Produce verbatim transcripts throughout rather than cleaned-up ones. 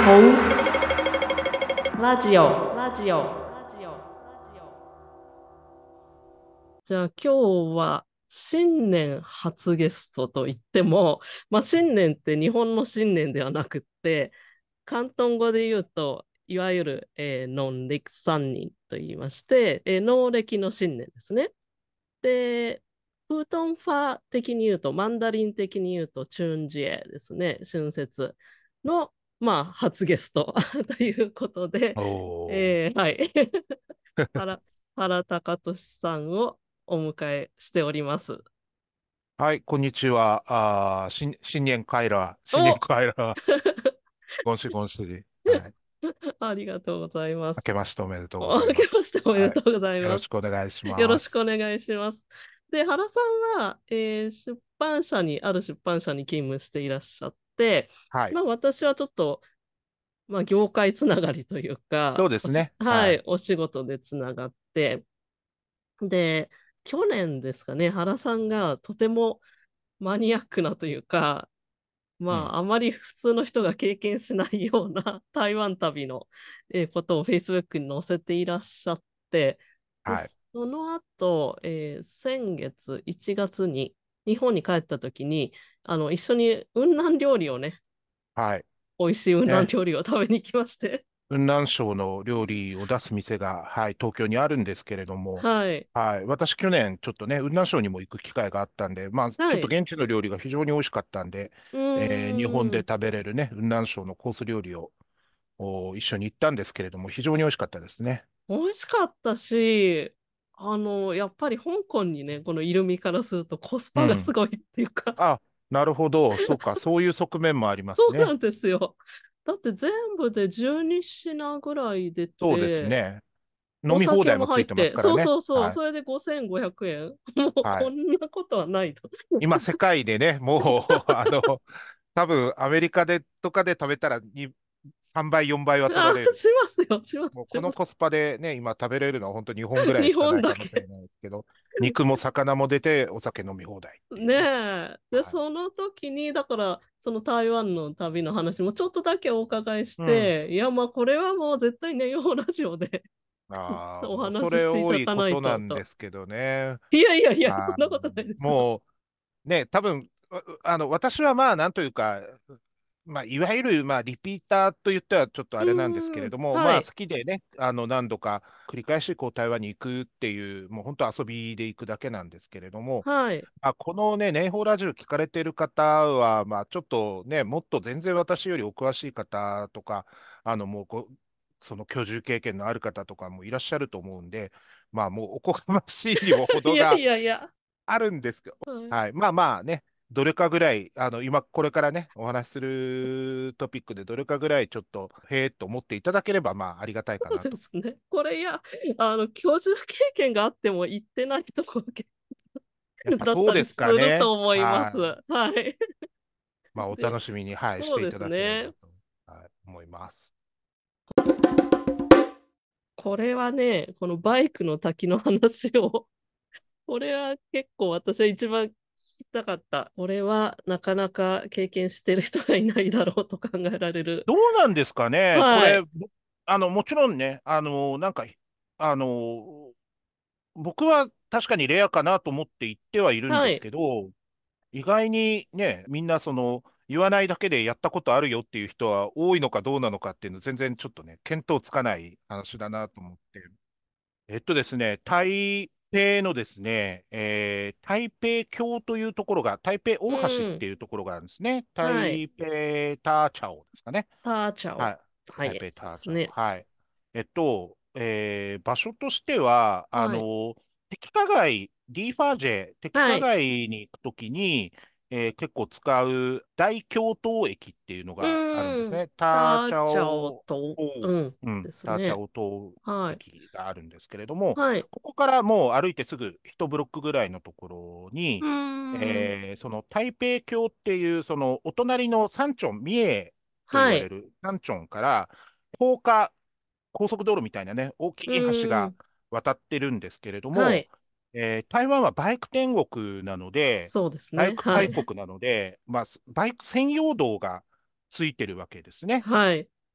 ラジオ、ラジオ、ラジオ、ラジオ。じゃあ今日は新年初ゲストといっても、まあ、新年って日本の新年ではなくって、広東語で言うと、いわゆる、えー、農曆三人と言いまして、えー農暦の新年ですね。で、プートンファ的に言うと、マンダリン的に言うと、チュンジエですね、春節の、まあ、初ゲストということで、 おー。 えーはい。原、原隆俊さんをお迎えしております。 はい、こんにちは。あー、新、新年快楽、新年お快楽、ゴンシゴンシ。はい。 ありがとうございます。 明けましておめでとうごお明ざいます。 けましておめではい。 とうございよろます。 しくお願いしよろしくます。 お願いします。で、原さんは、えー出版社に、ある出版社に勤務していらっしゃって、 はい。 まあ私はちょっと、まあ業界つながりというか、おしそうですね。はい。 はい、お仕事でつながって、で、去年ですかね、原さんがとてもマニアックなというか、まうん。 あ、あまり普通の人が経験しないような台湾旅の、えーことを Facebook に載せていらっしゃって、で、 はい。 その後、えー先月いちがつに日本に帰った時に、あの、一緒に雲南料理をね、 はい。 美味しい雲南ね。 料理を食べに行きまして。 雲南省の料理を出す店が、はい、東京にあるんですけれども、 はい。 はい。私、去年、ちょっとね、雲南省にも行く機会があったんで、まあ、ちょっとはい。 現地の料理が非常に美味しかったんで、 うえー日本でーん。 食べれるね、雲南省のコース料理をお一緒に行ったんですけれども、非常に美味しかったですね。 美味しかったし、あの、やっぱり香港にね、このイルミからするとコスうん。 パがすごいっていうか、 あ、なるほど。そうか。そういう側面もありますね。 そうなんですよ。だって全部でじゅうに品ぐらい出そうですて、 ね。飲み放お酒題もついてますも入って、そうからね。 そうそう、 はい。 それでごせんごひゃくえん。もうはい。 こんなことはないと。 今、世界でね、もう、あの、多分、アメリカでとかで食べたらにさんばい、よんばいは取らあ、 れる。 しますよ、します、 もう、 します。 このコスパでね、今食べれるのは本当に日本ぐらい日しかな本だけ。 いかもしれないですけど、肉も魚も出て、お酒飲み放題っていうねね。 え。で、 はい。 その時に、だから、その台湾の旅の話もちょっとだけお伺いしうん。 て、いや、まあ、これはもう絶対ネオラジオでああ、 おもうそ話ししていれ多ただかないいことなとと。 んですけどね。 いやいやいや、そあんなことないーですよ。 もう、ね、多分、ああの、私はまあ、なんというか、まあ、いわゆる、まあ、リピーターと言ってはちょっとうあれなんですけーん、 れども、まあ、 はい、 好きでね、あの、何度か繰り返し、こう、台湾に行くっていう、もう本当遊びで行くだけなんですけれども、 はい。 あ、このね、ネイホーラジオ聞かれてる方は、まあ、ちょっとね、もっと全然私よりお詳しい方とか、あの、もうこう、その居住経験のある方とかもいらっしゃると思うんで、まあ、もうおこがましいにもいやい程がやいや。 あるんですけど、 はい。 はい。まあまあね、どれかぐらい、あの、今、これからね、お話しするトピックでどれかぐらいちょっと、へえと思っていただければ、まあ、ありがたいかそうなと。 ですね。これ、いや、あの、居住経験があっても行ってないとこやっぱだったりそうですするかね。 と思います。 はい。 はい。 まあ、おで、 楽しみに、はい、しそうですていただけれね。 ばと、はい、思います。 これはね、このバイクの滝の話を、これは結構私は一番聞きたかった。これはなかなか経験してる人がいないだろうと考えられる。 どうなんですかね。これ、 はい。 ぼあの、もちろんね、あの、なんか、あの、僕は確かにレアかなと思って言ってはいるんですはい。 けど、意外にね、みんなその、言わないだけでやったことあるよっていう人は多いのかどうなのかっていうの全然ちょっとね、見当つかない話だなと思って。えっとですね、台北のですね、えー台北橋というところが、台北う大橋ってん。 いうところがあるんですね。 はい。 台北ターチャオですかね。 ターチャオ。 はい。台はい。で北ターチャオ。 すね。 はい。えっと、えー場所としては、あはい。 の、敵化街、ディーファージェ、敵化はい。 街に行くときに、えー結構使う大京都駅っていうのうがあるんですーん。 ね。ターチャターチャオオ、 と、 おうん。 うん、ターチャですね。 オ島はい。 駅があるんですけれども、 はい。 ここからもう歩いてすぐ一ブロックぐらいのところうに、 ーん。 えーその台北橋っていう、そのお隣の三町、三重と言はい。 われる三町から、高架、高速道路みたいなね、大きうい橋がーん。 渡ってるんですけれども、 はい。 えー台湾はバイク天国なので、 そうですね。 バイクはい。 大国なので、まあ、バイク専用道がついてるわけですね。 はい。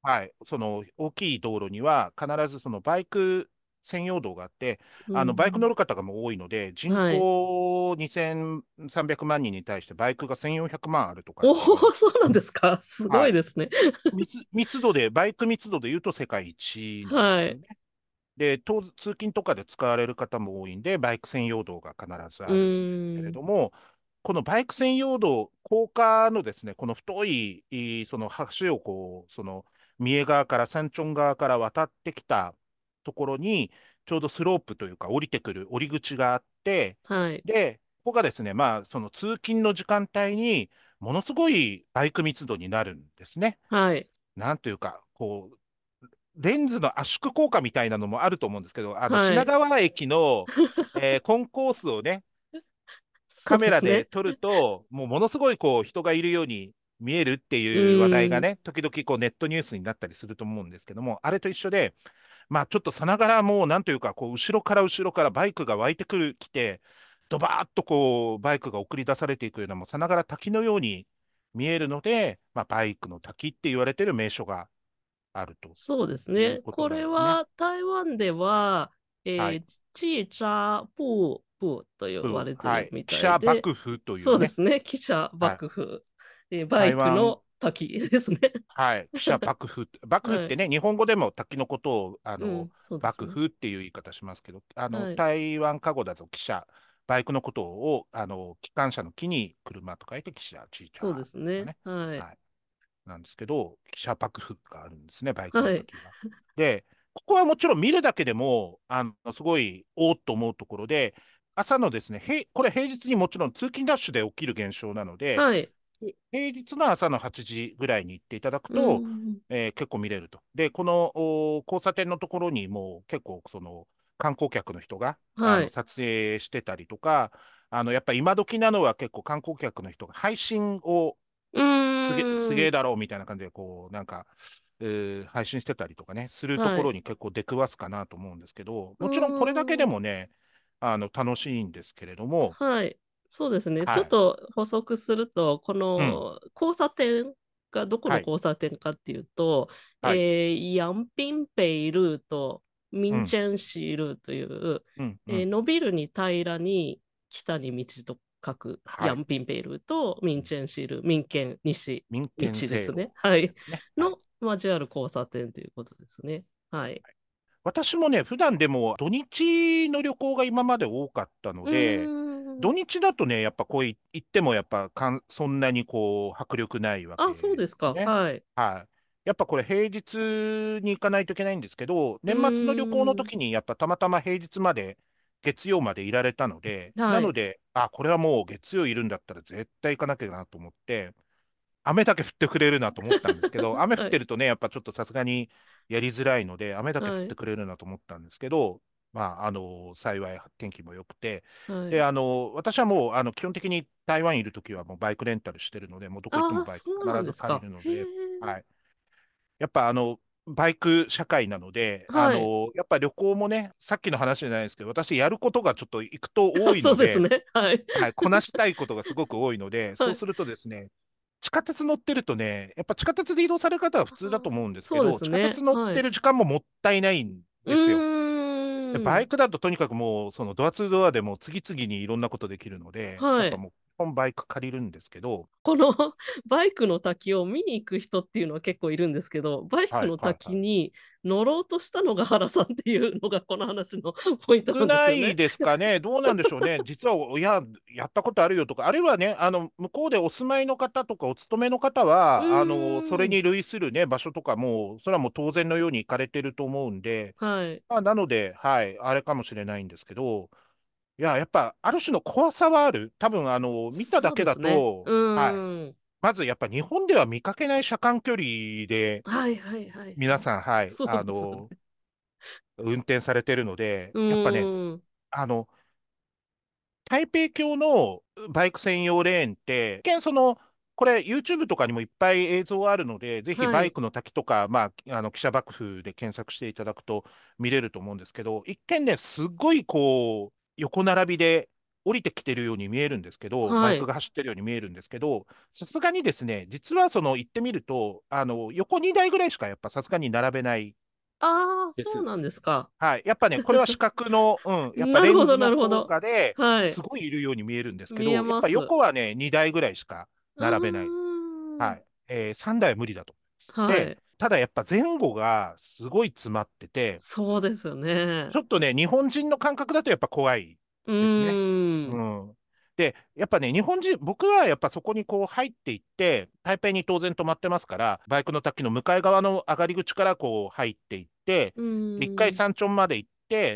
はい、その大きい道路には必ずそのバイク専用道があって、 うあのバイク乗ん。 る方がもう多いので、人はい。 口にせんさんびゃくまん人に対してバイクがせんよんひゃくまんあるとかっおお、 て言われて、 そうなんですか。すごはい、 いですね。 密、密度で、バイク密度で言うと世界一なんではい。 すよね。で、当通勤とかで使われる方も多いんで、バイク専用道が必ずうあるんですけれーん。 ども、このバイク専用道、高架のですね、この太い、いいその橋をこう、その三重側から山頂側から渡ってきたところに、ちょうどスロープというか、降りてくる降り口があって、 はい。 で、ここがですね、まあ、その通勤の時間帯に、ものすごいバイク密度になるんですね。 はい。 なんというか、こう、レンズの圧縮効果みたいなのもあると思うんですけど、あのはい。 品川駅の、えーコンコースをね、 そカメラうですね。 で撮ると、もうものすごいこう人がいるように見えるってういう話題ーん。 がね、時々こうネットニュースになったりすると思うんですけども、あれと一緒で、まあちょっとさながらもうなんというか、こう後ろから後ろからバイクが湧いてくる、来て、ドバーッとこうバイクが送り出されていくような、もうさながら滝のように見えるので、まあ、バイクの滝って言われてる名所があるとそうですね。 いうことこなんですね。 れは台湾では、 はい。 えー、チーチャープープーと呼ばブれてはい。 るみ記たいで、 者幕府というね、 そうですね。汽車はい。 幕府、えーバイク台湾、 の滝ですね。 はい。記者幕府。幕府っはい。 てね、日本語でも滝のことを、あの、 うん、そうですね。 幕府っていう言い方しますけど、あの、 はい。 台湾過語だと汽車、バイクのことを、あの、機関車の木に車と書いて汽車、チーチャそうでーすね。 ですかね。 はい。 はい。なんですけど、汽車幕府があるんですね、バイクのはい。 滝が。で、ここはもちろん見るだけでも、あの、すごい、おーっと思うところで、朝のですね、へこれ平日にもちろん通勤ラッシュで起きる現象なので、 はい。 平日の朝のはちじぐらいに行っていただくうと、 ん。 えー結構見れると。で、このお交差点のところにもう結構その観光客の人があはい。 の撮影してたりとか、あのやっぱり今時なのは結構観光客の人が配信をうすげ、すげえーん。 だろうみたいな感じでこうなんか、えー配信してたりとかね、するとはい。 ころに結構出くわすかなと思うんですけど、 うもちろんこれだけでーん。 もね、あの楽しいんですけれども、 はい。そうですね。ちょはい。 っと補足すると、こうん。 の交差点がどこのはい。 交差点かっていうと、 はい。 えー、ヤンピンペイルーとミうん。 ンチェンシールーという、 うん。うえーん。 伸びるに平らに北に道と書くはい。 ヤンピンペイルーとミンチェンシールー、民権西民権一ですね。 西路はい。 ってやつね。はい。 の交わる交差点ということですね。はい。 私もね、普段でも土日の旅行が今まで多かったのうで、 ーん。 土日だとね、やっぱこうい行ってもやっぱかんそんなにこう迫力ないわけあ、そうでですか。 すね。 はい。 はい。やっぱこれ平日に行かないといけないんですけど、 う年末の旅行のーん。 時にやっぱたまたま平日まで月曜までいられたので、なはい。 ので、あ、これはもう月曜いるんだったら絶対行かなきゃなと思って、雨だけ降ってくれるなと思ったんですけど、雨降っはい。 てるとね、やっぱちょっとさすがにやりづらいので、雨だけ降っはい。 てくれるなと思ったんですけど、まあ、あの、幸い天気も良くて、で、 はい。 あの、私はもう、あの、基本的に台湾にいるときはもうバイクレンタルしてるので、もうどこ行ってもああ、 バイクそうなん必ず借りですか。へえ。 るので、はい。やっぱあの、バイク社会なので、あはい。 の、やっぱ旅行もね、さっきの話じゃないですけど、私やることがちょっと行くと多そうですいので、 ね。はい。 はい、こなしたいことがすごく多いので、 はい。 そうするとですね、地下鉄乗ってるとね、やっぱ地下鉄で移動される方は普通だと思うんですけそうでど、地下すね。 鉄乗っはい。 てる時間ももったいないんうですよ。でーん。 バイクだととにかくもう、そのドアツードアでもう次々にいろんなことできるので、やはい。 っぱもう、基本バイク借りるんですけど、 このバイクの滝を見に行く人っていうのは結構いるんですけど、バイクのはいはいはい。 滝に乗ろうとしたのが原さんっていうのがこの話のポイント少なんですよね。 ないですかね、どうなんでしょうね、実は、いや、やったことあるよとか、あるいはね、あの向こうでお住まいの方とか、お勤めの方うは、あのそーん。 れに類する、ね、場所とかも、それはもう当然のように行かれてると思うんで、 はい。 まあ、なので、はい、あれかもしれないんですけど、いや、やっぱ、ある種の怖さはある。多分、あの、見たそうだけだですね。うと、はい。 ーん。 まず、やっぱ日本では見かけない車間距離で、 はいはいはいはい。 皆さん、はい、 そうあですよね。 の、運転されてるので、 うやっぱね、 ーん。 あの、台北境のバイク専用レーンって、一見その、これ YouTube とかにもいっぱい映像あるので、ぜひはい。 バイクの滝とか、まあ、あの、記者幕府で検索していただくと見れると思うんですけど、一見ね、すっごいこう、横並びで、 降りてきてるように見えるんですけど、バはい。 イクが走ってるように見えるんですけど、さすがにですね、実はその行ってみると、あの、横にだいぐらいしかやっぱさすがに並べないああ、 です。 そうなんですか。 はい。やっぱね、これは視覚の、うん、やっぱレンズなるほど、なの効るほど。 果ではい。 すごいいるように見えるんですけ見えど、やっぱます。う横はね、にだいぐらいしかー並べない。はん。 い。えー、さんだいは無理だと思います。で、 はい。 ただやっぱ前後がすごい詰まってて、 そうですよね。 ちょっとね、日本人の感覚だとやっぱ怖いうですね。 ーん。 うん。で、やっぱね、日本人、僕はやっぱそこにこう入っていって、台北に当然止まってますから、バイクの滝の向かい側の上がり口からこう入っていって、 う一回ーん。 山頂まで行って、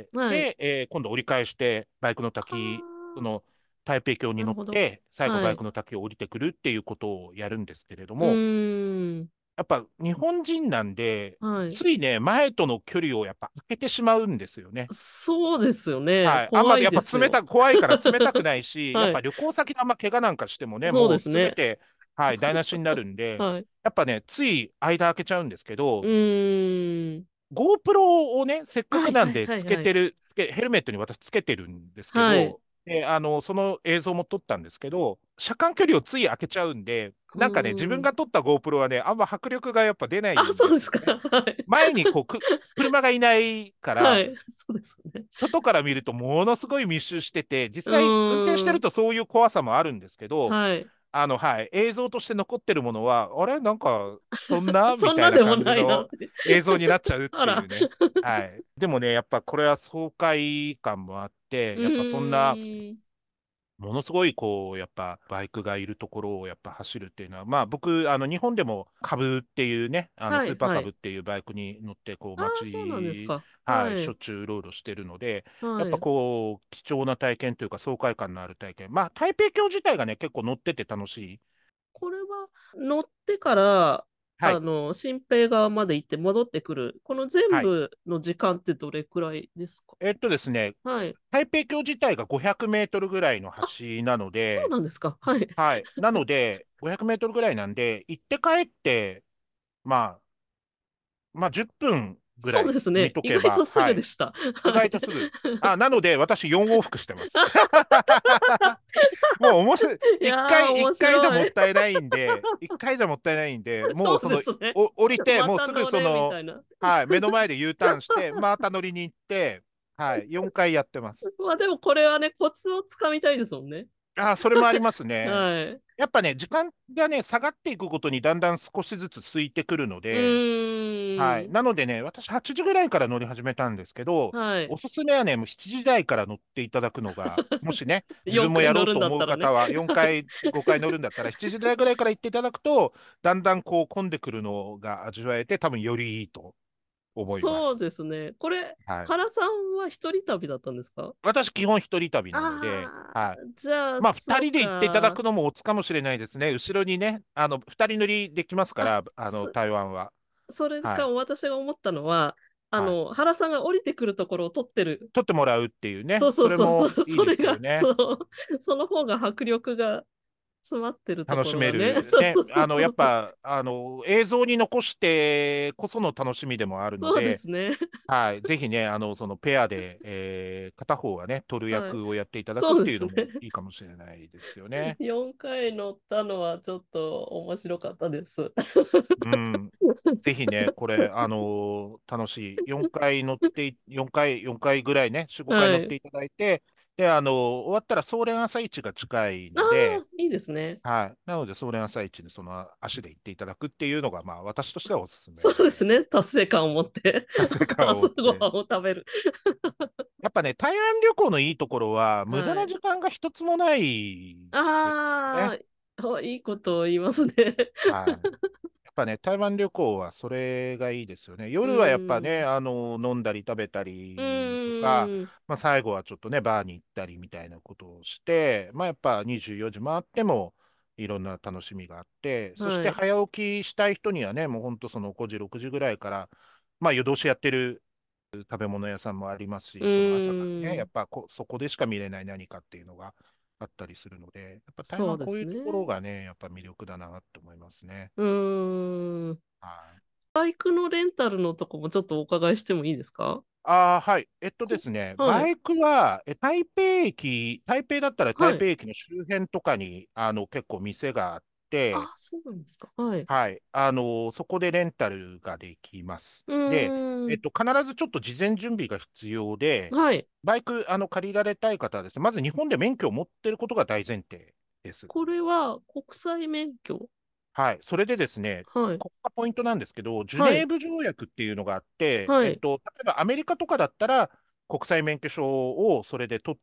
はい。 で、えー今度折り返して、バイクのは滝、そあ。 の台北橋になるほど。 乗って、最後はい。 バイクの滝を降りてくるっていうことをやるんですけれどうも、 ーん。 やっぱ日本人なんで、 はい。 ついね、前との距離をやっぱ空けてしまうんですよね。 そうですよね。 はい。あんま怖いやっぱですよ。 冷たく、怖いから冷たくないし、やっはい。 ぱ旅行先であんま怪我なんかしてもね、 そうもうですね。 すべて、はい、台無しになるんで、 はい。 やっぱね、つい間開けちゃうんですけうど、 ーん。 GoPro をね、せっかはいはいくなんではいはい。 つけてる、つけヘルメットに私つけてるんですけはい。 ど、で、あの、その映像も撮ったんですけど、車間距離をつい開けちゃうんで、 うなんかね、自ーん。 分が撮った GoPro はね、あんま迫力がやっぱ出なあ、 いんそうですか。 ですよね。 はい。 前にこうく、車がいないから、 はい。そうですね。 外から見るとものすごい密集してて、 う実際運転してーん。 るとそういう怖さもあるんですけど、 はい。 あの、はい、映像として残ってるものは、あれなんか、そんなみたいなそんなでも感じのないなって。 映像になっちゃうっあら。 ていうね。はい。でもね、やっぱこれは爽快感もあっうて、やっぱそんなーん。 ものすごい、こう、やっぱ、バイクがいるところをやっぱ走るっていうのは、まあ僕、あの、日本でも株っていうね、あの、スーパーはいはい。 株っていうバイクに乗って、こう、 ああ、そうなんです街、 か。 はい、しょはい。 っちゅうロードしてるので、やっぱはい。 こう、貴重な体験というか、爽快感のある体験。まあ、台北境自体がね、結構乗ってて楽しい。 これは乗ってから、 はい。 あの、新平川まで行って戻ってくる。この全はい。 部の時間ってどれくらいですか？ えっとですね、 はい。 台北境自体がごひゃくメートルぐらいのあ、 橋なのそうで、 なんですか。はい。 はい。なので、ごひゃくメートルぐらいなんで、行って帰って、まあ、まあ、じゅっぷんぐらそうい見ですね。 とけば、 意外とすはい。 ぐでした。 意はい。 外とすぐ。あ、なので、私よん往復してます。もう面白い。 い一やー、 回、一面回じゃ白い。 もったいないんで、一回じゃもったいないんで、 そうもうその、 ですね。 お、降りて、 まもうすぐた乗れ、みその、 たいな。 はい、目の前で U ターンして、また乗りに行って、はい、よんかいやってます。 まあでもこれはね、コツをつかみたいですもんね。 あ、それもありますね。 はい。 やっぱね、時間がね、下がっていくごとにだんだん少しずつ空いてくるのうで、はい。 ーん。 なのでね、私はちじぐらいから乗り始めたんですけど、 はい。 おすすめはね、もうしちじ台から乗っていただくのが、もしね、自分 4回乗るんもやろうとだったらね。 思う方はよんかい、ごかい乗るんだったらしちじ台ぐらいから行っていただくと、だんだんこう混んでくるのが味わえて、多分よりいいと思いまそうす。 ですね。これ、 はい。 原さんは一人旅だったんですか？ 私、基本一人旅なので、 ああはい。 ー、じゃあ、 まあ、二そう人で行っていただくか。 のもオツかもしれないですね。後ろにね、あの、二人乗りできますかあ、 ら、あの、 そ、 台湾は。 それか、 はい。 私が思ったのは、あはい。 の、原さんが降りてくるところを撮ってる。 撮ってもらうっていうね、 そうそそれうそうそう、 もいいでそれが、 すよね。 そう、その方が迫力が詰まってると楽しめころがね。 る。ね。 そうそうそあの、やうそう。 っぱ、あの、映像に残してこその楽しみでもあるのそうでで、 すね。 はい。ぜひね、あの、そのペアで、えー片方がね、撮るはい。 役をやっていただくっていうのそうですね。 もいいかもしれないですよね。 よんかい乗ったのはちょっと面白かったです。 うん。ぜひね、これ、あのー楽しい。よんかい乗ってい、よんかい、よんかいぐらいね、よん、ごかいはい。 乗っていただいて、で、あのー終わったら、ソーレン朝市が近いあので、 あ、いいですね。 はい。なので、ソーレン朝市にその足で行っていただくっていうのが、まあ、私としてはおすすめ。 そうですね。達成感を持って達成感を朝、 持って。 朝ごはんを食べる。 やっぱね、台湾旅行のいいところは、無駄はい。 な時間が一つもないですね。 あーあ、いいことを言いますね。 はい。やっぱね、台湾旅行はそれがいいですよね。 う夜はやっぱね、 ーん。 あの、飲んだり食べたうりとか、 ーん。 まあ、最後はちょっとね、バーに行ったりみたいなことをして、まあ、やっぱにじゅうよじ回っても、いろんな楽しみがあって、そしてはい。 早起きしたい人にはね、もう本当そのごじ、ろくじぐらいから、まあ、夜通しやってる食べ物屋さんもありますうし、その朝からね、 ーん。 やっぱこそこでしか見れない何かっていうのがあったりするので、やっぱ台湾こうそうですね。 いうところがね、やっぱ魅力だなと思いますね。 うーん。 はい。 バイクのレンタルのとこもちょっとお伺いしてもいいですか？ ああ、はい。えっとでこ、 すね、 はい。 バイクは、え、台北駅、台北だったら台はい。 北駅の周辺とかに、あの、結構店があって、 あ、そうなんですか。はい。 はい。あの、そこでレンタルができます。 うで、 ーん。 えっと、必ずちょっと事前準備が必要で、 はい。 バイク、あの、借りられたい方はですね、まず日本で免許を持っていることが大前提です。 これは国際免許？ はい。それでですね、 はい。 ここがポイントなんですけど、ジュはい。 ネーブ条約っていうのがあって、 はい。 えっと、例えばアメリカとかだったら、国際免許証をそれで取って、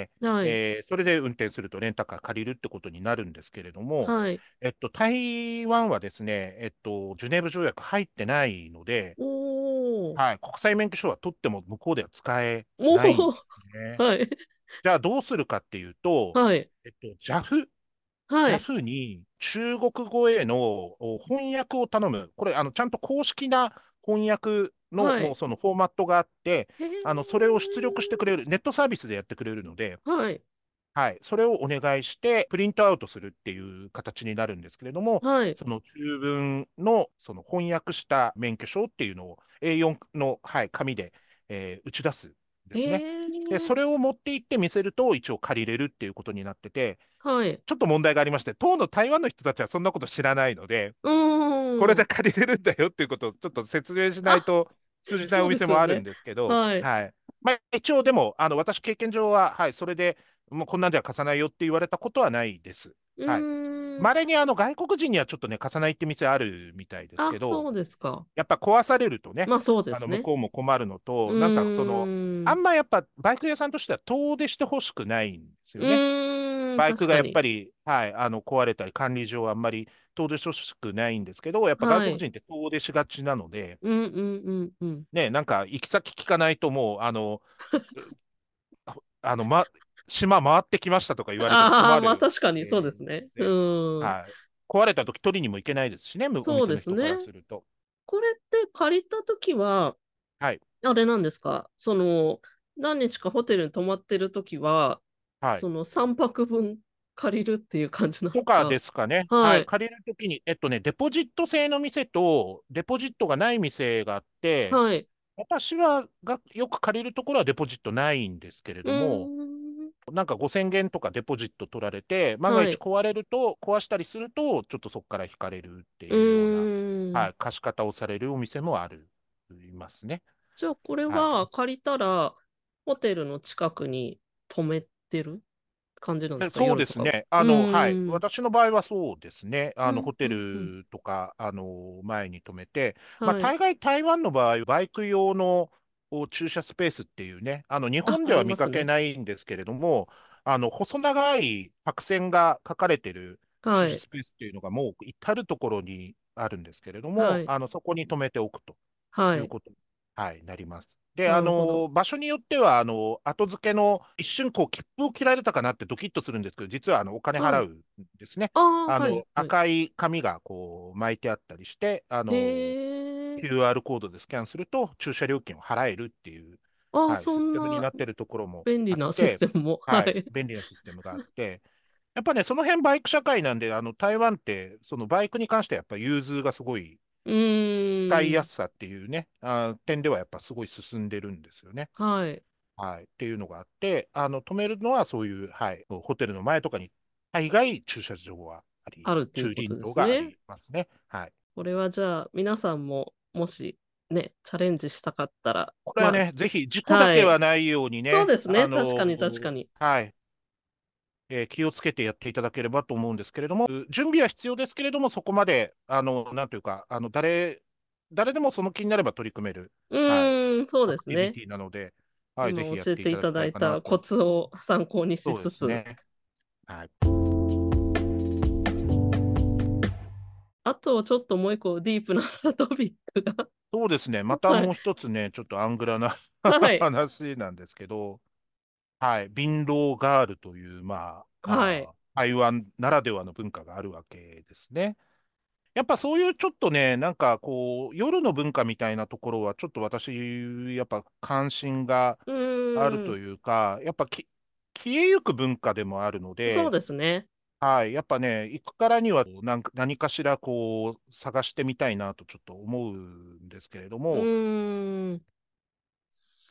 はい。 えーそれで運転するとレンタカー借りるってことになるんですけれども、 はい。 えっと、台湾はですね、えっと、ジュネーブ条約入ってないので、 おー。 はい、国際免許証は取っても向こうでは使えおー。 ないんですね。 はい。 じゃあどうするかっていうと、 はい。 えっと、ジャフはい。 ジャフ に中国語へのお翻訳を頼む。これ、あの、ちゃんと公式な翻訳の、 はい。 もうそのフォーマットがあって、 へあの、それをー。 出力してくれる、ネットサービスでやってくれるので、 はい。 はい、それをお願いして、プリントアウトするっていう形になるんですけれども、 はい。 その中文のその翻訳した免許証っていうのを エーよん の、はい、紙で、えー打ち出すんでへすね。で、そー。 れを持って行って見せると、一応借りれるっていうことになってて、 はい。 ちょっと問題がありまして、当の台湾の人たちはそんなこと知らないので、 うこれでーん。 借りれるんだよっていうことをちょっと説明しないあ、 と通じないおそうで店すよね。 もあるんですけど、 はい。 はい。まあ、一応でも、あの、私経験上は、はい、それでもうこんなんでは貸さないよって言われたことはないです。 うはい。 ーん。 稀にあの外国人にはちょっとね、貸さないって店あるみたいですあ、 けど、 そうですか。 やっぱ壊されるとね、 まあそうであのすね。 向こうも困るのうと、なんかその、 ーん。 あんまやっぱバイク屋さんとしては遠出してほしくないんですうよね。 ーん。 バイクがやっ確かに。 ぱり、はい、あの壊れたり、管理上あんまり遠出してほしくないんですけど、やっぱ外はい。 国人って遠出しがちなので、 うんうんうんうん。 ね、なんか行き先聞かないともう、あの、あの、ま、島回ってきましたとか言われてもああ、まあ困る。 確かにそうでえすね。 ーね、 うん。 はい。壊れた時取りにも行けないですしね、むおそう店の人かですね。 らすると。 これって借りたときは、 はい。 あれなんですか？その、何日かホテルに泊まってるときは、 はい。 そのさんぱくぶん借りるっていう感じなんでとかですか？ すかね。はい。 はい。 借りるときに、えっとね、デポジット制の店と、デポジットがない店があって、 はい。 私はがよく借りるところはデポジットないんですけれうーども、 ん。 なんかごせんげんとかデポジット取られて、万がはい。 一壊れると、壊したりすると、ちょっとそこから引かれるってういうような、 ーん。 はい、貸し方をされるお店もある、いますね。 じゃあ、これはい。 は借りたら、ホテルの近くに泊めてる感じなんですか？ えそう夜とかは。 ですね。 うあの、はい。 ーん。 私の場合はそうですね。あの、 うん、 ホテうん、うん。 ルとか、あの、前に止めて、まあ、 はい。 大概台湾の場合、バイク用のお駐車スペースっていうね、あの、日あ、 本であは見かけりますね。 ないんですけれども、あの、細長い白線が書かれてる駐はい。 車スペースっていうのがもう至るところにあるんですけれども、 はい。 あの、そこに止めておくとはい。 いうことはい、なります。で、あなるほど。 の、場所によっては、あの、後付けの一瞬、こう、切符を切られたかなってドキッとするんですけど、実は、あの、お金はい。 払うんですね。 ああ、はい、 あの、 はい。 赤い紙が、こう、巻いてあったりして、あへの、 え。 キューアール コードでスキャンすると、駐車料金を払えるっていう、 ああ、 はい、システムにそんななっているところも便利なシスあって、 テムも。ははい、 い。 便利なシステムがあって、やっぱね、その辺バイク社会なんで、あの、台湾って、そのバイクに関してはやっぱ融通がすごいう使いーん。 やすさっていうね、あー点ではやっぱすごい進んでるんですよね。 はい。 はい。っていうのがあって、あの、止めるのはそういう、はい、ホテルの前とかに、大概駐車場はあり、 あるっていう駐こと輪場があですね。 りますね。はい。 これはじゃあ、皆さんも、もし、ね、チャレンジしたかったら、まこれはね、ぜひ事あ、 故だけははい。 ないようにね、 そうですね。 あ確かに、 の確かに。 はい、えー気をつけてやっていただければと思うんですけれども、準備は必要ですけれども、そこまで、あの、なんというか、あの、誰、誰でもその気になれば取り組める、 うはい、 ーん、そうアですね。 クティビティなので、はい、ぜひやっ今教えていたていただきただいたコいかなと。 ツを参考にしそうでつつ、 すね。はい。 あとちょっともう一個ディープなトピックが。 そうですね。またはい。 もう一つね、ちょっとアングラなはい。 話なんですけど、はい。貧乏ガールという、まはい。 あ、あー台湾ならではの文化があるわけですね。やっぱそういうちょっとね、なんかこう、夜の文化みたいなところは、ちょっと私、やっぱ関心がうあるとーん。 いうか、やっぱき消えゆく文化でもあるのそうで、 ですね。 はい。やっぱね、行くからにはなんか何かしらこう、探してみたいなとちょっと思うんですけれどうも、 ーん。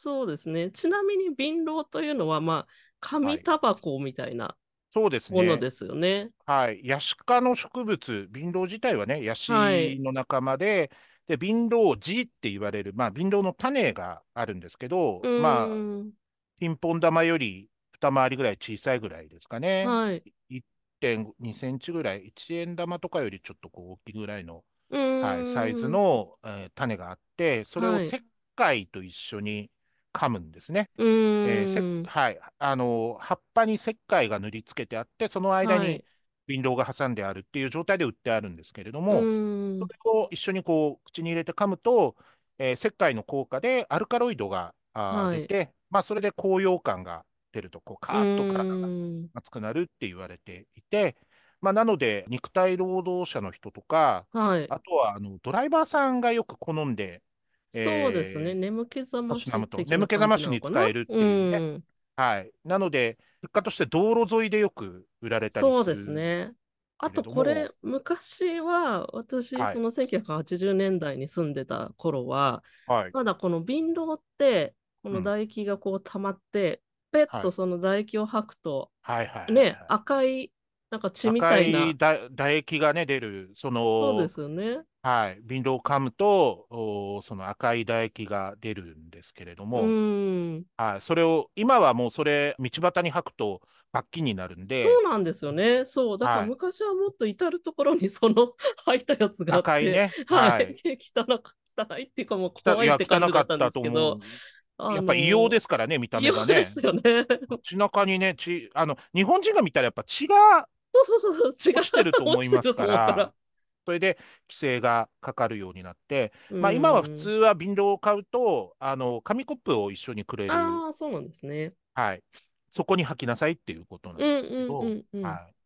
そうですね。ちなみに槟榔というのは、まあ、紙はい。 タバコみたいなそうですね。 ものですよね。 はい。ヤシ科の植物、槟榔自体はね、ヤはい。 シの仲間で、で、槟榔地って言われる、まあ、槟榔の種があるんですけうど、まあ、 ーん。 ピンポン玉より二回りぐらい小さいぐらいですかね。 はい。 いってんにセンチぐらい、いちえん玉とかよりちょっとこう大きいぐらいの、 うはい、サイズーん。 の、えー種があって、それをはい。 石灰と一緒に噛むんですね。 うえーせ、 ーん。 はい、あの、葉っぱに石灰が塗りつけてあって、その間にはい。 瓶榔が挟んであるっていう状態で売ってあるんですけれどうも、 ーん。 それを一緒にこう口に入れて噛むと、えー石灰の効果でアルカロイドがあーはい。 出て、まあ、それで高揚感が出ると、こううカーッと体がーん。 熱くなるって言われていて、まあ、なので、肉体労働者の人とか、 はい。 あとはあのドライバーさんがよく好んで、 そうですね。 え眠気覚ー、たまししなむと、 的な感じ眠気覚ましなのかな。 に使えるっうていうね。 ーん。 はい。なので、結果として道路沿いでよく売られたりそうですするね。あけれとこれ、 ども、 昔は、私、 はい。 そのせんきゅうひゃくはちじゅうねんだいに住んでた頃は、 はい。 まだこの瓶ロって、このうん。 唾液がこう溜まって、ペッはい。 とその唾液を吐くと、 はいはいはいね、 はい。 赤い、なんか血み赤たいな、 いだ唾液がね、出る、その、 そうですよね。 はい、瓶を噛むと、おその赤い唾液が出るんですけれどうも、 ーん。 はい、それを、今はもうそれ、道端に吐くと罰金になるんで、 そうなんですよね。そう。だからはい、 昔はもっと至るところにその吐いたやつがあって、 赤いね、 はい。 はい、 汚く、汚いっていうかもうきた、いや、 怖いって感汚じだったんでかったとすけど、 思う。 あやっぱ異様での、 すからね、見た異様目がね。 ですよね。 街中にね、血、あの、日本人が見たらやっぱ血がそうそうそう、血が落ちてると落思いますちてるとから、 思うから。 それで規制がかかるようになって、 うまあ、今は普ーん。 通は瓶ドを買うと、あの、紙コップを一緒にくれる、 ああ、そうなんですね。 はい、そこに吐きなさいっていうことなんでうんうんうすけど、 んうん。 はい。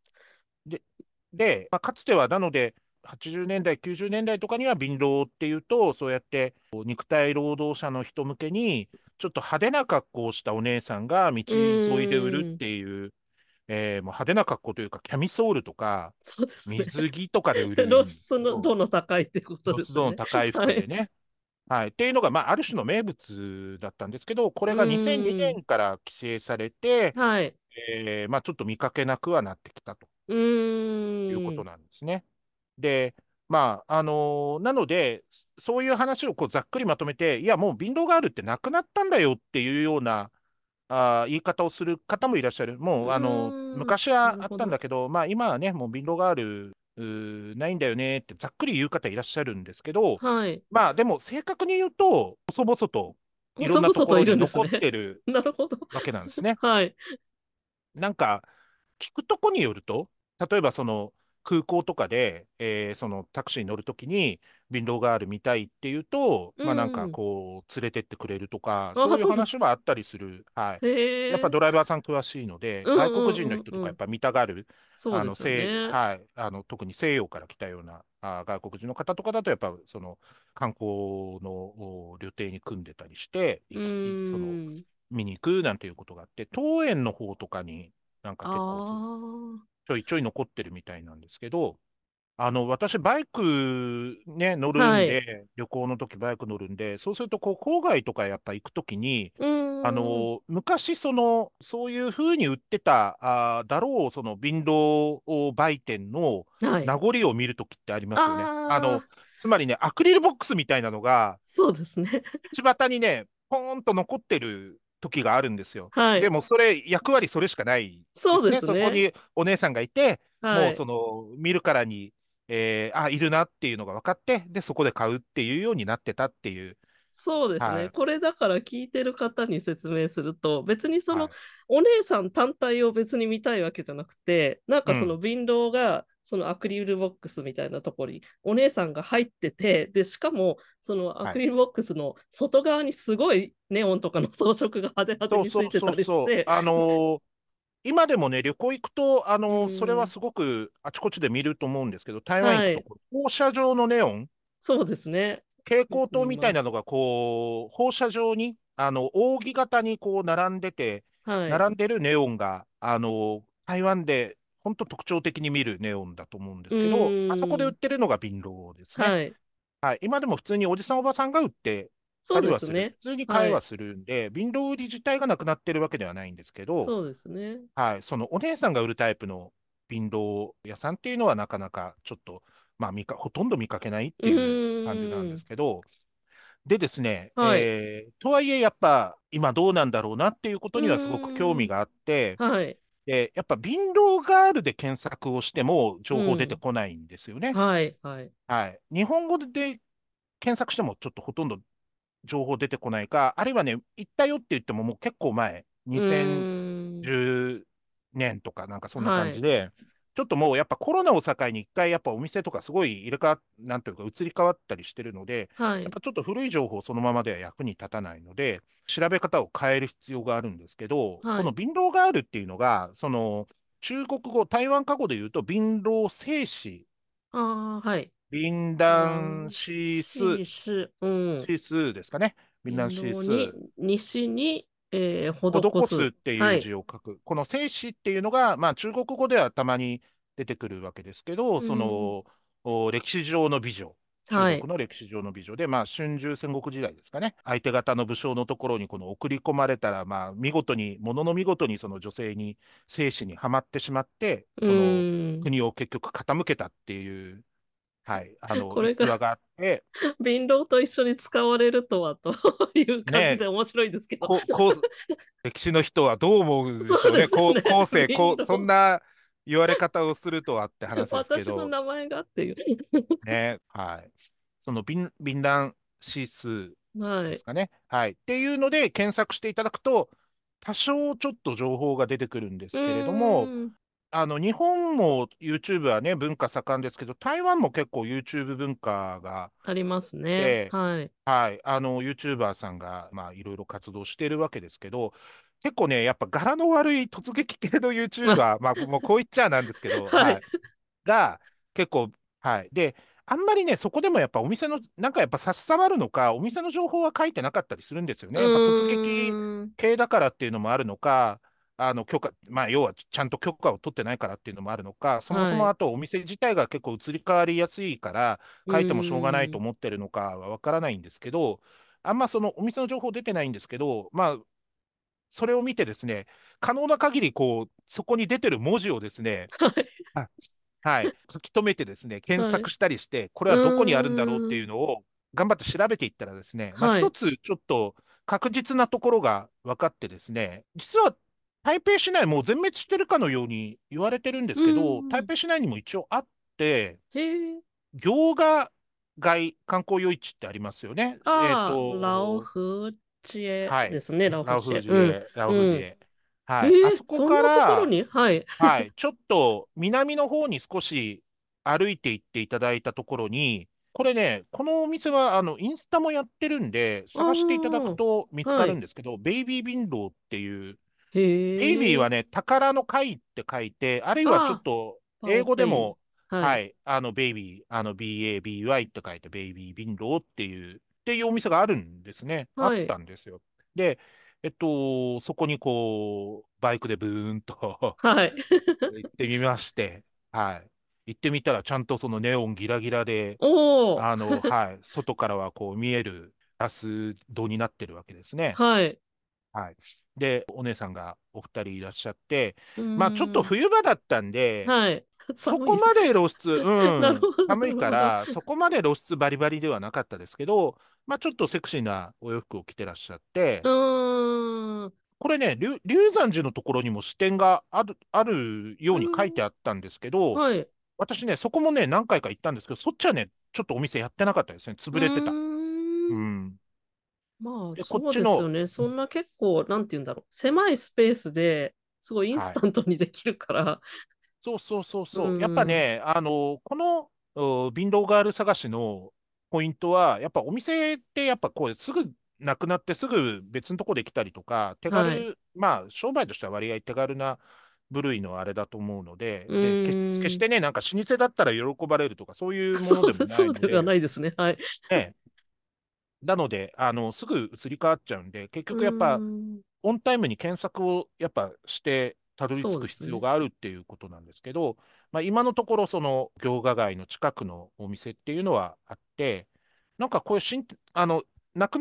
で、で、まあ、かつてはなので、はちじゅうねんだい、きゅうじゅうねんだいとかには瓶ドっていうと、そうやってこう肉体労働者の人向けに、ちょっと派手な格好をしたお姉さんが道う沿いで売るーん。 っていう、えーもう派手な格好というか、キャミソールとか、 そうですね。 水着とかで売る露んです出のけど、 度の高いってこと露出度のですよね。 高いはい。 服でね。はい。っていうのが、まあ、ある種の名物だったんですけど、こうれが2002 ーん。 年から規制されて、 はい。 えーまあ、ちょっと見かけなくはなってきたとういうこーん。 となんですね。で、まあ、あのーなので、そういう話をこうざっくりまとめて、いや、もう貧乏ガールってなくなったんだよっていうようなあー言い方をする方もいらっしゃる。もうう、あの、 ーん。 昔はあっなるほど。 たんだけど、まあ今はね、もう貧乏ガール、うーないんだよねってざっくり言う方いらっしゃるんですけど、 はい。 まあでも正確に言うと、細々といろん細なところ 々といるんですに残っね。 てるなるほど。 わけなんですね。 はい。 なんか、聞くとこによると、例えばその空港とかで、えーそのタクシーに乗るときに、貧乏ガール見たいっていうと、 うまあなんかんうん。 こう、連れてってくれるとか、 ああ、 そういうそうなん。 話はあったりする。はい。やっへえ。 ぱドライバーさん詳しいので、 うん外国うん人の人とうんうん。 かやっぱ見たがる、あの、 そうですよ西、 ね。 はい、あの、特に西洋から来たようなあ外国人の方とかだと、やっぱその観光のお旅程に組んでたりして、 ういきいその、 ーん。 見に行くなんていうことがあって、桃園の方とかになんかあ結構そうあ。 ちょいちょい残ってるみたいなんですけど、あの、私、バイクね、乗るはい。 んで、旅行の時バイク乗るんで、そうすると、こう、郊外とかやっぱ行く時に、 うあーん。 の、昔、その、そういう風に売ってた、あーだろう、その、瓶ド売店のはい。 名残を見る時ってありますよね。あの、 ああ。 つまりね、アクリルボックスみたいなのが、 そうですね。 道端にね、ポーンと残ってる時があるんですよ。 はい。 でも、それ、役割それしかないでそうすね。 ですね。 そこにお姉さんがいて、もう、 はい。 その、見るからに、えーあ、いるなっていうのが分かって、で、そこで買うっていうようになってたっていう、 そうですね。 はい、 これだから聞いてる方に説明すると、別にそのはい。 お姉さん単体を別に見たいわけじゃなくて、なんかそのうん、 瓶ドがそのアクリルボックスみたいなところにお姉さんが入ってて、で、しかもそのアはい。 クリルボックスの外側にすごいネオンとかの装飾が派手派手そうについてたそうそうそう。 りして、 あのー今でもね、旅行行くと、あうのーそれはん、 すごくあちこちで見ると思うんですけど、台湾行くと、 はい、 こう放射状のネオン、 そうですね。よく蛍光灯見ます。 みたいなのがこう放射状にあの扇形にこう並んでて、 はい。 並んでるネオンがあの台湾で本当特徴的に見るネオンだと思うんでうすけど、あそこで売っん、 てるのが槟榔ですね。 はい。 はい、今でも普通におじさんおばさんが売ってそうたりはする。 ですね。 普通に買えはい。 はするんで、瓶ドウ売り自体がなくなってるわけではないんですけど、 そうですね。 はい、そのお姉さんが売るタイプの瓶ドウ屋さんっていうのはなかなかちょっと、まあ見か、ほとんど見かけないっうていう感じなんーん。 ですけど、でですね、 はい。 えーとはいえやっぱ今どうなんだろうなっていうことうにはすごく興ーん。 味があって、 はい。 で、やっぱ瓶ドウガールで検索をしても情報出てうん。 こないんですよね。 はい。はい。 はい。日本語で検索してもちょっとほとんど情報出てこないか、あるいはね、行ったよって言ってももう結構前、 うーん。 にせんじゅうねんとかなんかそんなはい。 感じで、ちょっともうやっぱコロナを境に一回やっぱお店とかすごい入れ替わっ、なんというか移り変わったりしてるので、 はい。 やっぱちょっと古い情報そのままでは役に立たないので、調べ方を変える必要があるんですけど、このはい。 貧乏ガールっていうのが、その中国語、台湾過語で言うと貧乏静止、 ああ、はい。 貧乱断指数、 視し、うん。 指数ですかね。貧断林道に、 指数。 西に、えー、施す。 施すっていうはい。 字を書く。この静止っていうのが、まあ、中国語ではたまに出てくるわけですけど、そうん。 のお歴史上の美女、中国はい。 の歴史上の美女で、まあ、春秋戦国時代ですかね、相手方の武将のところにこの送り込まれたら、まあ、見事に、ものの見事にその女性に、生死にはまってしまって、 うそのん。 国を結局傾けたっていう、はい、あのこれが逸話があって、 貧乏と一緒に使われるとはという感じね、 で面白いですけど。 ここう歴史の人はどう思うでしそうょうね。こうですよね。 後世、こう、そん貧乏。 な言われ方をするとはって話ですけ私のど、 名前がっていう。 ね、はい。その敏、敏乱指数はい。 ですかね。はい。っていうので検索していただくと、多少ちょっと情報が出てくるんでうすけれども、 ーん。 あの、日本も YouTube はね、文化盛んですけど、台湾も結構 YouTube 文化がありますね。 で、 はい。 はい、あの、YouTuber さんが、まあ、いろいろ活動しているわけですけど、結構ね、やっぱ柄の悪い突撃系の YouTuber、まあ、もうこう言っちゃなんですけど、 はい。 はい、が、結構、はい。で、あんまりね、そこでもやっぱお店の、なんかやっぱ差し障るのか、お店の情報は書いてなかったりするんですようね。やっぱ突撃ーん。 系だからっていうのもあるのか、あの許可、まあ、要はちゃんと許可を取ってないからっていうのもあるのか、そもそはい。 もあとお店自体が結構移り変わりやすいから、 う書いてもしょうがないーん。 と思ってるのかはわからないんですけど、あんまそのお店の情報出てないんですけど、まあ、それを見てですね、可能な限りこう、そこに出てる文字をですね、 はい。 あはい、書き留めてですね、検はい。 索したりして、これうはどこにあるんだろうってーん。 いうのを頑張って調べていったらですね、まあ、 はい。 一つちょっと確実なところが分かってですね、実は台北市内もう全滅してるかのように言われてるんでうーすけど、台ん。 北市内にも一応あって、 へえ。 行賀街観光夜市ってありますよね。えっああ、ラオと、 フチェはい。 ですね。ラオフラウチェ。うん。 フジエ、ラウフうん。 ジエ。はい。あええ、 そこかそんなところら、 に、はい。 はい。ちょっと南の方に少し歩いていっていただいたところに、これね、このお店はあのインスタもやってるんで、 あ探していただくあ、 と見つかはい。 るんですけど、ベイビービンドウっていう、ベイビーへえ。 はね、宝の貝って書いて、あるいはちょっああ、 と英パオペイ。 語でも、 はい。 はい、あのベイビー、あの ビーエービーワイ って書いて、ベイビービンドウっていう、っていうお店があるんですね。あっはい。 たんですよ。で、えっと、そこにこう、バイクでブーンとはい。 行ってみまして、はい。行ってみたら、ちゃんとそのネオンギラギラで、 おお。 あの、はい、外からはこう見えるガス灯になってるわけですね。 はい。 はい。で、お姉さんがお二人いらっしゃって、 うーまあちょっとん。 冬場だったんで、 はい。寒い。 そこまで露出、うなるほん、 ど、な寒いるほど。 から、そこまで露出バリバリではなかったですけど、まあちょっとセクシーなお洋服を着てらっしゃっうて、 ーん。 これね、龍龍山寺のところにも支店がある、あるように書いてあったんですけど、 はい。 私ね、そこもね、何回か行ったんですけど、そっちはね、ちょっとお店やってなかったですね。 う潰れてた。うーん。 ん。 まあ、 で、こっそうちの、 ですよね。そんな結構、なんて言うんだろう。狭いスペースですごいインスはい。 タントにできるから。 そうそうそううそう。やっぱーん。 ね、あの、この、お貧乏ガール探しのポイントは、やっぱお店ってやっぱこう、すぐなくなってすぐ別のとこで来たりとか、手はい。 軽、まあ、商売としては割合手軽な部類のあれだと思うので、 うで、け決ーん。 してね、なんか老舗だったら喜ばれるとか、そういうものでもそうで、そうではないので、 ないですね。はい。 ね、なので、あの、すぐ移り変わっちゃうんで、結うー局やっぱ、 ん。 オンタイムに検索をやっぱしてたどり着くそうですね。 必要があるっていうことなんですけど、まあ、今のところその行賀街の近くのお店っていうのはあって、なんかこういう新、あの、なくな、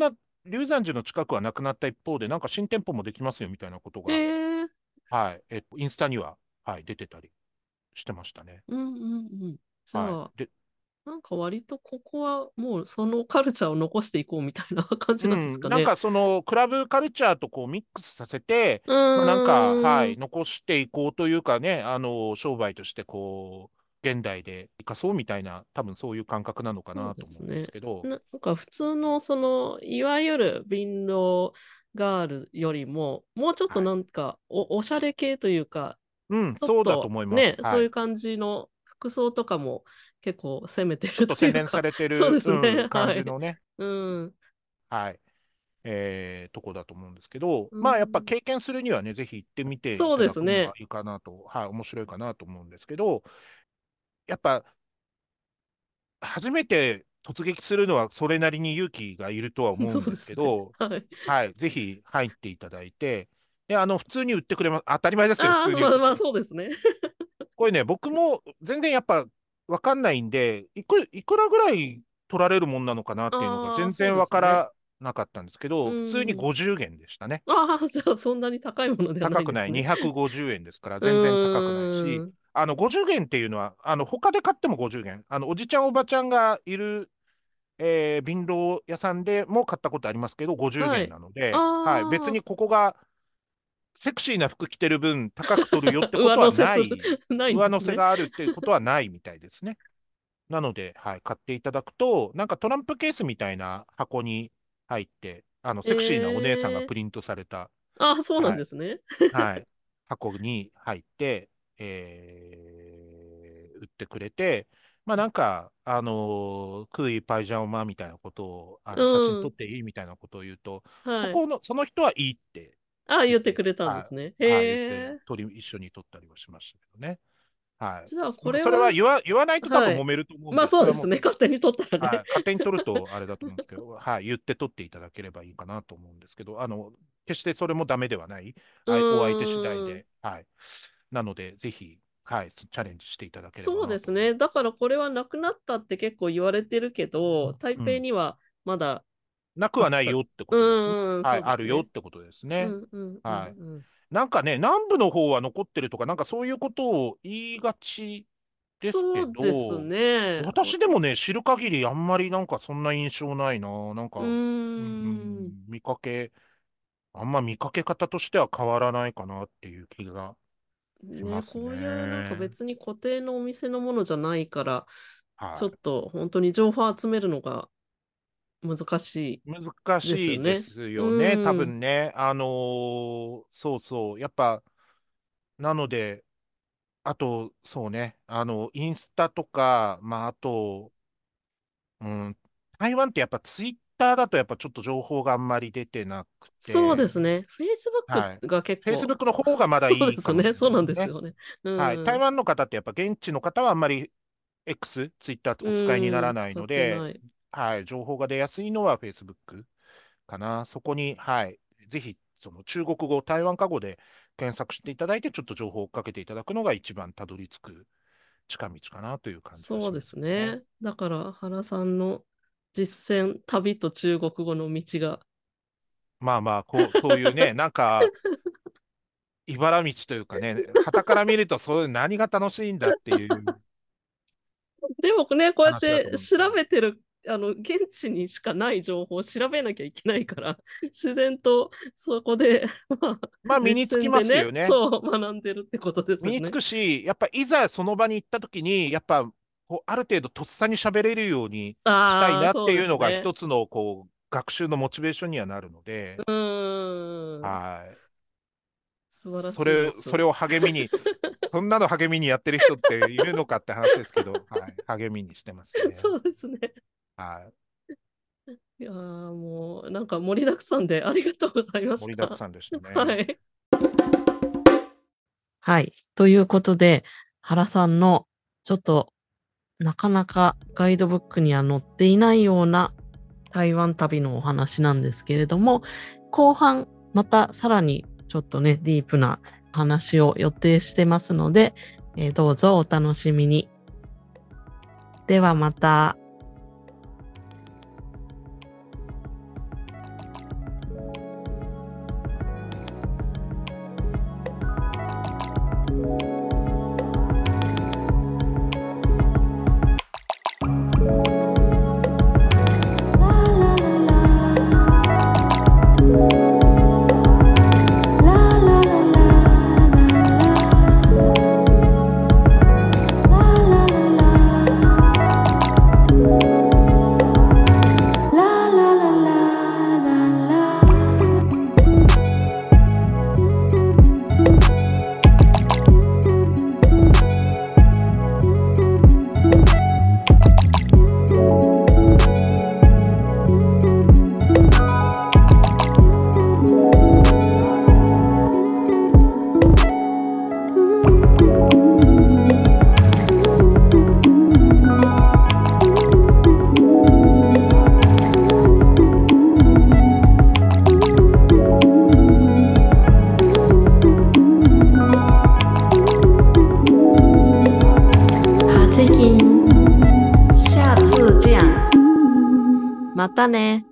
龍山寺の近くはなくなった一方で、なんか新店舗もできますよみたいなことへが、 え、 はい、えっと、インスタには、はい、出てたりしてましたね。 うんうんうん。じはい。 ゃあ、 で、 なんか割とここはもうそのカルチャーを残していこうみたいな感じなんですうん、 かね。 なんかそのクラブカルチャーとこうミックスさせて、 うまあ、なんか、はい、 ーん。 残していこうというかね、あの、商売としてこう、現代で生かそうみたいな、多分そういう感覚なのかそうなと思うんですですね。 けど、 な、なんか普通のその、いわゆる貧乏ガールよりも、もうちょっとはい。 なんかお、おしゃれ系というか、 うん、 ちょっそうだとと思います。 ね、そはい。 ういう感じの服装とかも結構攻めてるちょっと洗というか、 練されてそうでる、うすね。 ん、感はい。 じのね、 うん。 はい、えーとこだと思うんですけど、 うまあやっぱん、 経験するにはね、ぜひ行ってみていそうたですね。 だくのがいいかなと、はい、面白いかなと思うんですけど、やっぱ初めて突撃するのはそれなりに勇気がいるとは思そうんですうですね。 けど、 はい。 はい、ぜひ入っていただいて、で、あの、普通に売ってくれます。当たり前ですけど、普ああ、 通に売っまあまあ、 てくれます。 そうですね。 これね、僕も全然やっぱわかんないんで、いく、いくらぐらい取られるもんなのかなっていうのがああ、そう全然ですね。 わからなかったんですけうど、普通にん。 ごじゅうげんでしたね。 ああ、じゃあそんなに高いものではな高くない、 いんですね。 にひゃくごじゅうえんですから、 う全然高くないし、 ーん。 あの、ごじゅうげんっていうのは、あの、他で買ってもごじゅうげん。あの、おじちゃんおばちゃんがいるえー、貧乏屋さんでも買ったことありますけど、ごじゅうげんはい。 なので、はい、別あにここがセクシーな服着てる分高く取るよっあ、 てことは上乗せする。 ない、 ないんですね。 上乗せがあるっていうことはないみたいですね。なので、はい、買っていただくと、なんかトランプケースみたいな箱に入って、あの、セクシーなお姉さんがええ、 プリントされた、 ああ、そうなんはい、 ですね。 はい、箱に入って、えー売ってくれて、まあなんか、あのークイパイジャオマみたいなことを、あうの写真撮ん。 っていいみたいなことを言うと、そはい。 この、その人はいいってああ、 言って、 言ってくれたんではい、 すね。 はい、言って、 へえ。 撮り、一緒に撮ったりはしましたけどね。はい。 じゃあ、こまあ、 れは、 それは言わ、言わないと多分はい。 揉めると思うんまあで、そそうですね。 れはもう、 勝手に取ったらね。 はい、勝手に取るとあれだと思うんですけど、はい、言って取っていただければいいかなと思うんですけど、あの、決してそれもダメではない、 うあいお相手次第ーん。 で、はい。なので、ぜひ、はい、チャレンジしていただければそうなと思う。 ですね。だからこれはなくなったって結構言われてるけど、台うん。 北にはまだなくはないあった。うよってことですね。 ーん、 はい、 そうであるよっすね。 てことですね。 うんうんうんはい。 うん。 なんかね、南部の方は残ってるとか、なんかそういうことを言いがちですけそうですど、 ね。わ私でもね、知る限りあんまりなんかそんな印象ないな。なんか、 うーうん。 ん、見かけ、あんま見かけ方としては変わらないかなっていう気がしまね、 すこういうなんかね。 別に固定のお店のものじゃないから、ちょっはい。 と本当に情報集めるのが難し難いですしいでよね。 すうよね、多ーん。 分ね。あのーそうそう。やっぱ、なので、あと、そうね、あの、インスタとか、まあ、あと、うん、台湾ってやっぱツイッターだとやっぱちょっと情報があんまり出てなくそうでて、 すね。 はい。 Facebook が結構、 Facebook の方がまだそういいですね。 かもしれそうなんないですね。 ですよね。うはい。台ん。 湾の方ってやっぱ現地の方はあんまり X、Twitter うお使いにならん、 ない使っので、 てない。 はい。情報が出やすいのは Facebook かな。そこに、はい。ぜひ、その中国語、台湾語で検索していただいて、ちょっと情報を追っかけていただくのが一番たどり着く近道かなという感じがそうでしますよね。 すね。だから、原さんの実践、旅と中国語の道が。 まあまあ、こう、そういうね、なんか、茨道というかね、傍から見ると、そういう何が楽しいんだっていうでもね、こうやっ話だとて調思うんですけど。 べてる、あの、現地にしかない情報を調べなきゃいけないから、自然とそこで、まあ、 まあ、身につ実きま践でね、 すよね。 そう学んでるってことです身につよね。 くし、やっぱいざその場に行った時に、やっぱこうある程度とっさに喋れるようにしたいああ、 なっそうでていうのがすね。 一つのこう学習のモチベーションにはなるので、 うーん。 はい。 素晴らそれ、 しいです。 それを励みに、そんなの励みにやってる人っているのかって話ですけど、はい。励みにしてますね。 そうですね。 はい。 いやーもう、なんか盛りだくさんでありがとうございました。 盛りだくさんでしたね。 はい。はい。ということで、原さんのちょっとなかなかガイドブックには載っていないような台湾旅のお話なんですけれども、後半またさらにちょっとね、ディープな話を予定してますので、えーどうぞお楽しみに。ではまた。 またね。